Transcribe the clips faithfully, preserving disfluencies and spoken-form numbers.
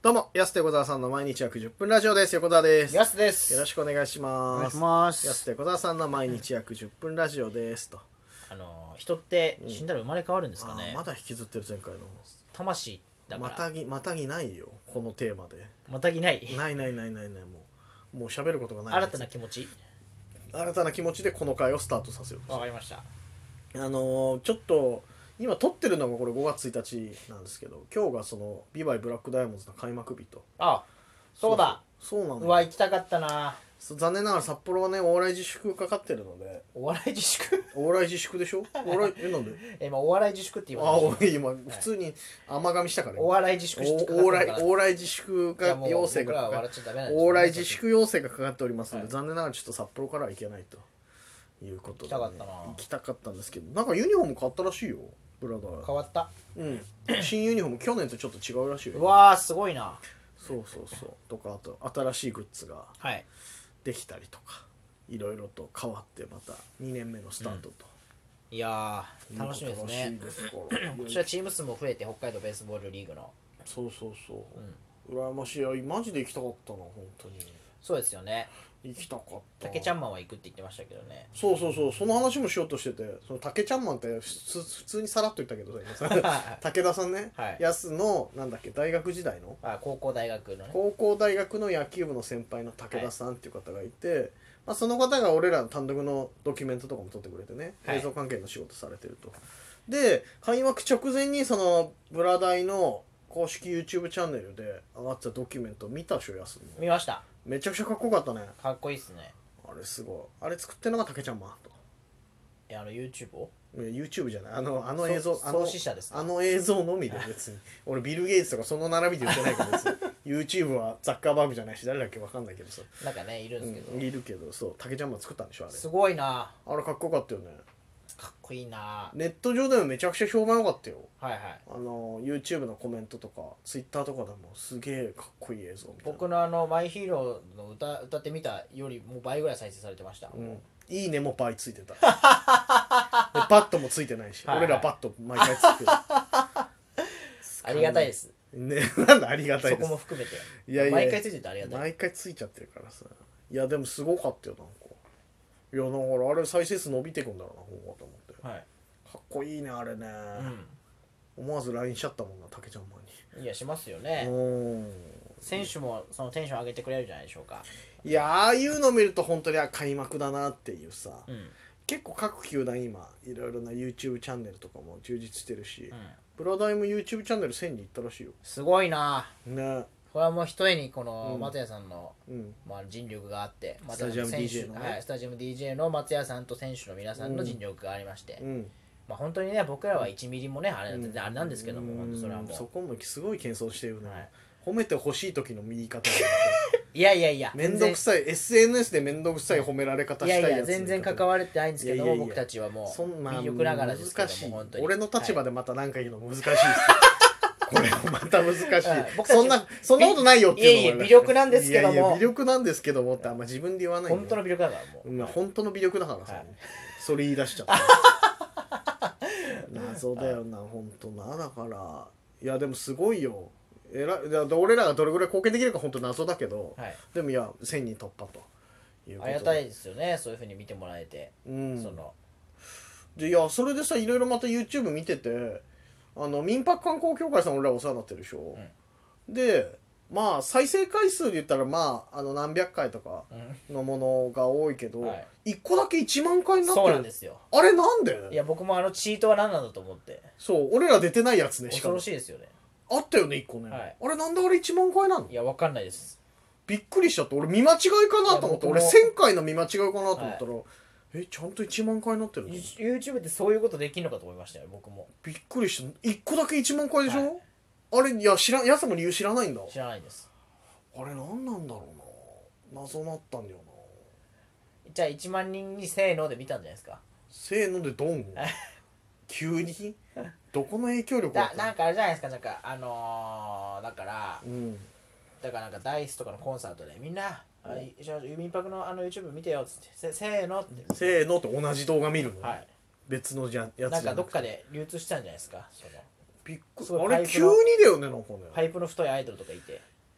どうも、安手小沢さんの毎日約じゅっぷんラジオです。横澤です。 やすです。 よろしくお願いします。 お願いします。 安手小沢さんの毎日約じゅっぷんラジオですと。 あの人って死んだら生まれ変わるんですかね。 あまだ引きずってる前回の。 魂だから。 またぎまたぎないよこのテーマで。 またぎない。 ないないないないないもうもう喋ることがない。 新たな気持ち。 新たな気持ちでこの回をスタートさせよう。 わかりました。 あのー、ちょっと今撮ってるのがこれごがつついたちなんですけど、今日がそのビバイブラックダイヤモンドズの開幕日と。 あ、そうだ。 そうそうなの。 うわ行きたかったな。 残念ながら札幌はねお笑い自粛かかってるので。 お笑い自粛お笑い自粛でしょ。お笑いえなんでえ今お笑い自粛って言わあれて俺今普通に甘噛みしたから、 お笑い自粛しておお笑いお笑い自粛が要請がかかお笑い自粛要請がかかっておりますので、はい、残念ながらちょっと札幌からは行けないということで、ね、 行きたかったな。 行きたかったんですけど、なんかユニフォーム変わったらしいよ。ブラダー変わった。 うん新ユニフォーム去年とちょっと違うらしいよ。 うわーすごいな。 そうそうそうとか、あと新しいグッズができたりとか、いろいろと変わってまたにねんめのスタートと、 うん、いやー楽しみですね。今年はチーム数も増えて北海道ベースボールリーグのそうそうそう、うん、羨ましい。マジで行きたかったな本当に。 そうですよね。 行きたかった。 竹ちゃんマンは行くって言ってましたけどね。 そうそうそう、その話もしようとしてて、その竹ちゃんマンって普通にさらっと言ったけどさ武田さんね、はい、安のなんだっけ大学時代のあ高校大学のね高校大学の野球部の先輩の武田さんっていう方がいて、はい、まあ、その方が俺らの単独のドキュメントとかも撮ってくれてね、はい、映像関係の仕事されてると。で開幕直前にそのブラダイの公式 YouTube チャンネルで上がってたドキュメント見たでしょ。安の見ました。 めちゃくちゃかっこよかったね。 かっこいいっすね。 あれすごい。あれ作ってんのが竹ちゃんマンと。 えあの YouTube を YouTube じゃない、あのあの映像、あの創始者ですか。 あの映像のみで別に俺ビル・ゲイツとかその並びで言ってないから別にYouTube はザッカーバーグじゃないし誰だっけ分かんないけどさ、 なんかねいるんですけど、 うん、いるけど、そう竹ちゃんマン作ったんでしょあれ。 すごいな。 あれかっこよかったよね。 かっこいいな。 ネット上でもめちゃくちゃ評判良かったよ。 はいはい。 あの YouTube のコメントとか Twitter とかでもすげえかっこいい映像みたいな。 僕のあのマイヒーローの歌歌ってみたよりもう倍ぐらい再生されてました。 うん、いいねも倍ついてたでバットもついてないし、はいはい、俺らバット毎回ついてるありがたいですね。なんだありがたいです、 そこも含めて。 いやいや毎回ついててありがたい。 毎回ついちゃってるからさ。いやでもすごかったよなんか。いやだからあれ再生数伸びてくんだろうな今後と思って、はい、かっこいいねあれね、うん、思わず ライン しちゃったもんな竹ちゃんマンに。 いやしますよね。選手もそのテンション上げてくれるじゃないでしょうか。 いやああいうの見ると本当に開幕だなっていうさ、うん、結構各球団今いろいろな YouTube チャンネルとかも充実してるし、うん、ブラダイも YouTube チャンネルせんに行ったらしいよ。 すごいなね。 これはもうひとえにこの松屋さんの、 うんまあ、尽力があって、 スタジアム ディージェー の、ね、 はい、スタジアム ディージェー の松屋さんと選手の皆さんの尽力がありまして、 うん、 まあ、本当にね僕らはいちミリもねあれ、うん、あれなんですけども、うん、本当それはもうそこもすごい謙遜してるね、はい、褒めてほしい時の言い方いやいやいやめんどくさい エスエヌエス でめんどくさい褒められ方したいやつ。いやいや全然関われてないんですけども、いやいやいや僕たちはもう魅力ながらですけども、まあ、 本当に俺の立場でまた何か言うの難しいです、はいこれもまた難しい、はい、そんなそんなことないよっていうのもいやいや魅力なんですけどもいやいや魅力なんですけどもってあんま自分で言わない本当の魅力だからもう、 まあ、本当の魅力だからさ、はい、それ言い出しちゃった謎だよな本当な。だからいやでもすごいよ。えら俺らがどれぐらい貢献できるか本当謎だけど、はい、でもいやせんにん突破ということでありがたいですよね。そういうふうに見てもらえて、 うん、 そのでいやそれでさいろいろまた YouTube 見ててあの民泊観光協会さん俺らお世話になってるでしょ、うん、でまあ再生回数で言ったらまああの何百回とかのものが多いけど、うんはい、いっこだけいちまん回になってる。 そうなんですよ。 あれなんで。 いや僕もあのチートは何なんだと思って。 そう俺ら出てないやつね。しかも恐ろしいですよね。 あったよねいっこね、はい、あれなんであれいちまん回なの。 いやわかんないです。 びっくりしちゃって俺見間違いかなと思って。俺せんかいの見間違いかなと思ったら、はいえちゃんといちまん回になってるの。 YouTube ってそういうことできるのかと思いましたよ僕も。 びっくりした。いっこだけいちまん回でしょ、はい、あれいや知らんやつも理由知らないんだ。 知らないです。 あれ何なんだろうな。謎なったんだよな。 じゃあいちまん人にせーので見たんじゃないですか。 せーのでドン急にどこの影響力だなんかあれじゃないですか。なんかあのー、だから、 うん、 だからなんかダイスとかのコンサートでみんなユミパクのあの YouTube 見てよっつってせせーのってせーのって同じ動画見るの、 はい、 別のじゃやつなんかどっかで流通したんじゃないですか。そのびっくりあれ急にだよねなんかね。 パイプの太いアイドルとかいて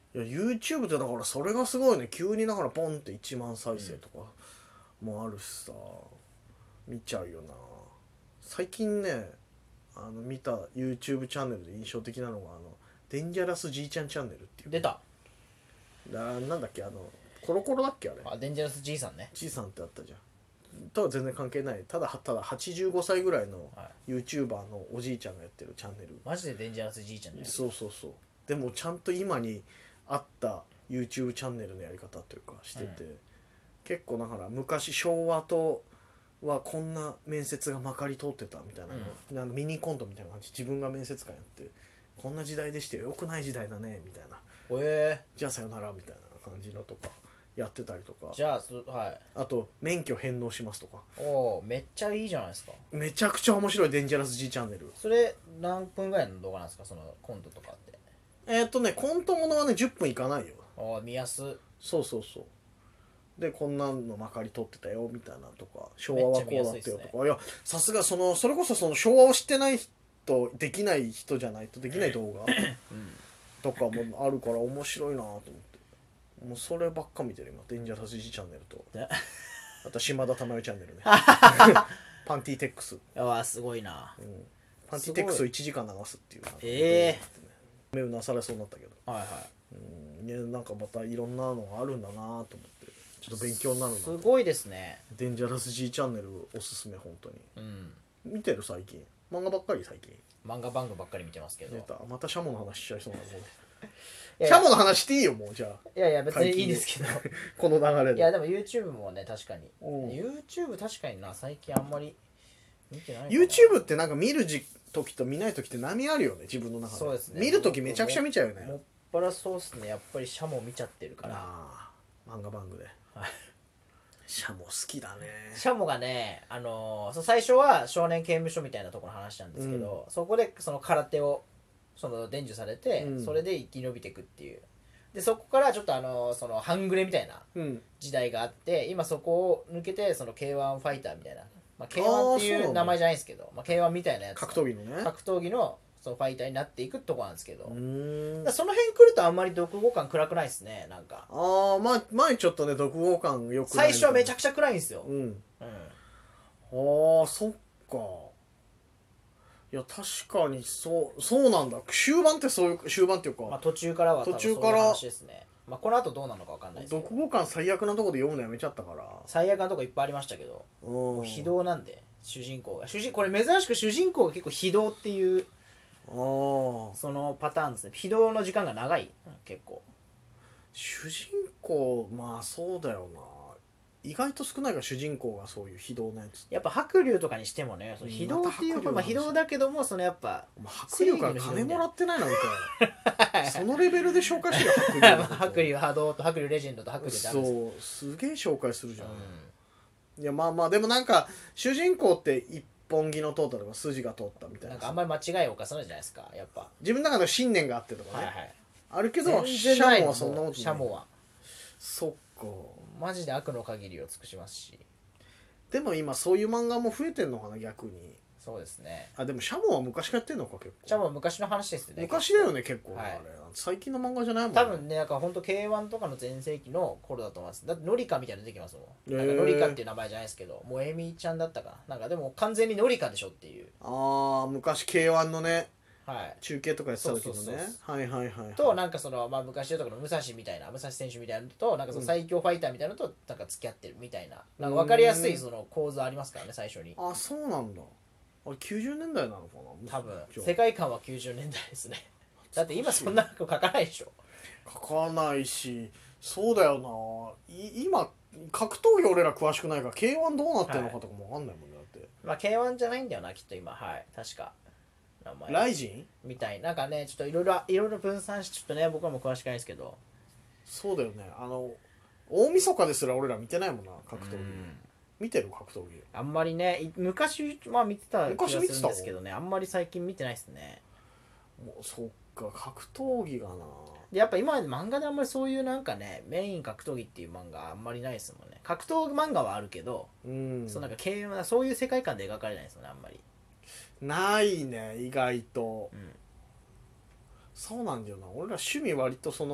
いや YouTube ってだからそれがすごいね。急にだからポンっていちまん再生とかもあるしさ、見ちゃうよな。最近ねあの見た YouTube チャンネルで印象的なのがあのデンジャラスじいちゃんチャンネルっていう出ただなんだっけあのコロコロだっけあれあデンジャラス G さんね。 じいさんってあったじゃんとは全然関係ないただただはちじゅうごさいぐらいのは YouTuber のおじいちゃんがやってるチャンネル、 マジでデンジャラス G ちゃんね。 そうそうそうでもちゃんと今に合った YouTube チャンネルのやり方というかしてて、うん、結構だから昔昭和とはこんな面接がまかり通ってたみたいなの、うん、なんかミニコントみたいな感じ自分が面接官やってこんな時代でしてよくない時代だねみたいな、 えー、 じゃあさよならみたいな感じのとかやってたりとかじゃあそはいあと免許返納しますとかおおめっちゃいいじゃないですか。 めちゃくちゃ面白いデンジャラス G チャンネル。 それ何分ぐらいの動画なんですかそのコントとかって。 えーっとねコントものはねじゅっぷんいかないよ。 ああ見やす。 そうそうそうでこんなのまかり通ってたよみたいなとか昭和はこうだったよとか、ね、いやさすがそのそれこそその昭和を知ってない人できない人じゃないとできない動画、うん、とかもあるから面白いなと思ってもうそればっか見てる今デンジャラス G チャンネルとあと島田珠代チャンネルねパンティテックスあすごいな、 うん、パンティテックスをいちじかん流すっていうええー、 目をなされそうになったけどはいはいうん、いやなんかまたいろんなのがあるんだなと思ってちょっと勉強になるな。 すごいですね。 デンジャラス G チャンネルおすすめ本当に、うん、見てる最近漫画ばっかり最近漫画番組ばっかり見てますけど出たまたシャモの話しちゃいそうなもうシャモの話していいよもうじゃあいやいや別にいいですけどこの流れでいやでも YouTube もね確かに YouTube 確かにな最近あんまり見てないかな。 YouTube ってなんか見る時と見ない時って波あるよね自分の中で。 そうですね見る時めちゃくちゃ見ちゃうよね。 もっぱらそうっすねやっぱりシャモ見ちゃってるからあ漫画番組でシャモ好きだね。 シャモがね、あのー、そう最初は少年刑務所みたいなところの話なんですけど、うん、そこでその空手をその伝授されて、うん、それで生き延びていくっていうでそこからちょっとあのー、その半グレみたいな時代があって、うん、今そこを抜けてその ケーワン ファイターみたいな、まあ、ケーワン っていう名前じゃないですけど、まあ、ケーワン みたいなやつ格闘技のね格闘技のそのファイターになっていくとこなんですけど、その辺来るとあんまり読後感暗くないですねなんか。 ああ、まあ、前ちょっとね読後感よくない最初はめちゃくちゃ暗いんですよ。うん、うん、 ああそっか。いや確かにそうそうなんだ。終盤ってそういう終盤っていうか、 まあ、途中からは多分そういう話ですね。まあ、この後どうなのか分かんないですけど読後感最悪なところで読むのやめちゃったから。 最悪なとこいっぱいありましたけどもう非道なんで主人公が主人これ珍しく主人公が結構非道っていうあそのパターンですね。非道の時間が長い、うん、結構主人公まあそうだよな意外と少ないから主人公がそういう非道なやつやっぱ白龍とかにしてもねその非道っていう、まあ、非道だけどもそのやっぱ白龍から金もらってないなんかそのレベルで紹介してる白龍白龍波動と白龍レジェンドと白龍ってあるんですそうすげえ紹介するじゃん、うん、いやまあまあでもなんか主人公って一本木の通ったとか筋が通ったみたいななんかあんまり間違いを犯さないじゃないですかやっぱ自分の中の信念があってとかね、はいはい、あるけどシャモはそんなことない。シャモはそっかマジで悪の限りを尽くしますしでも今そういう漫画も増えてんのかな逆に。 そうですね。 あでもシャモは昔からやってんのか結構。 シャモは昔の話ですね。 昔だよね結構、はい、あれ最近の漫画じゃないもんね。 多分ねなんかほんと ケーワン とかの全盛期の頃だと思います。だってノリカみたいなの出てきますもん。なんかノリカっていう名前じゃないですけどもうエミちゃんだったかな。なんかでも完全にノリカでしょっていう。 ああ昔 ケーワン のね、はい、中継とかやってた時のね。 そうそうそうはいはいはい、はい、 となんかその、まあ、昔のところの武蔵みたいな武蔵選手みたいなのとなんかその最強ファイターみたいなのとなんか付き合ってるみたいな、うん、なんか分かりやすいその構図ありますからね最初に。 あそうなんだ。あれきゅうじゅうねんだいなのかな多分世界観はきゅうじゅうねんだいですね。だって今そんなの書かないでしょ。 書かないしそうだよな。今格闘技俺ら詳しくないから ケーワン どうなってるのかとかも分かんないもんね。だってまあ ケーワン じゃないんだよなきっと今。はい確か名前ライジンみたいなんかねちょっといろいろいろいろ分散しちょっとね僕はもう詳しくないですけどそうだよね。あの大晦日ですら俺ら見てないもんな格闘技。見てる格闘技あんまりね昔まあ見てた気がするんですけどねあんまり最近見てないですね。 もうそっか格闘技がなでやっぱ今まで漫画であんまりそういうなんかねメイン格闘技っていう漫画あんまりないですもんね。格闘漫画はあるけど、うん、そうなんか系はそういう世界観で描かれないですよねあんまり。 ないね意外と、うん、そうなんだよな。俺ら趣味割とその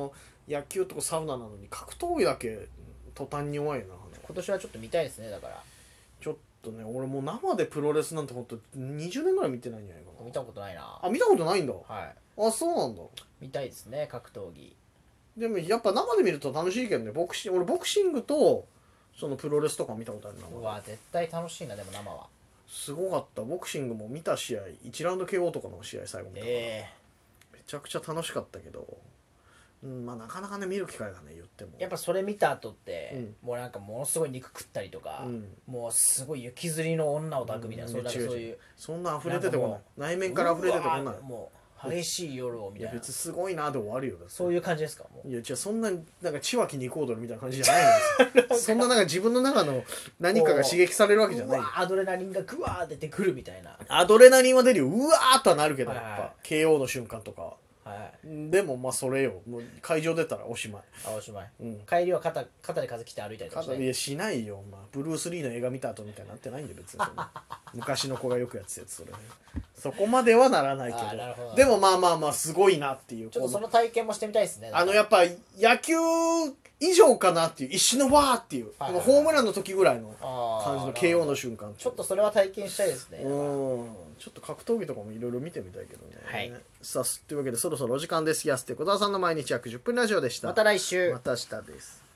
野球とかサウナなのに格闘技だけ途端に弱いな。 今年はちょっと見たいですね。だからちょっとね俺もう生でプロレスなんてほんとにじゅうねんぐらい見てないんじゃないかな。 見たことないな。 あ見たことないんだ。 はいあそうなんだ。 見たいですね格闘技。 でもやっぱ生で見ると楽しいけどね。ボクシング俺ボクシングとそのプロレスとか見たことあるな。 うわ絶対楽しいな。でも生はすごかった。ボクシングも見た試合いちラウンド ケーオー とかの試合最後見たから、 えめちゃくちゃ楽しかったけど、うん、まあなかなかね見る機会がね言ってもー、やっぱそれ見た後って、 うんもうなんかものすごい肉食ったりとか、 うんもうすごい雪吊りの女を抱くみたいな、 うんそうなんかそういうそんな溢れ出てこない内面から溢れ出てこないうわーもう激しい夜をみたいないや別にすごいなで終わるよ。だってそういう感じですか。もういや違うそんななんか千脇肉踊るみたいな感じじゃないんですよそんななんか自分の中の何かが刺激されるわけじゃないうわーアドレナリンがグワー出てくるみたいな。 アドレナリンは出るようわーっとはなるけどはいはいやっぱ ケーオー の瞬間とかはいでもまあそれよもう会場出たらおしまい、 あおしまい、 うん、 帰りは肩肩で風切って歩いたりとかして、 いやしないよ、まあ、ブルース・リーの映画見た後みたいになってないんで別にそんな昔の子がよくやってたやつそれ、ね、そこまではならないけあーなるほどどでもまあまあまあすごいなっていうちょっとその体験もしてみたいですね。 あのやっぱ野球以上かなっていう一瞬のわーっていう、 はいはいはいホームランの時ぐらいのあー感じの ケーオー の瞬間ちょっとそれは体験したいですね。 うんちょっと格闘技とかもいろいろ見てみたいけどね、 はいさあというわけでそろそろお時間です。やすて小沢さんの毎日約じゅっぷんラジオでした。 また来週。 また明日です。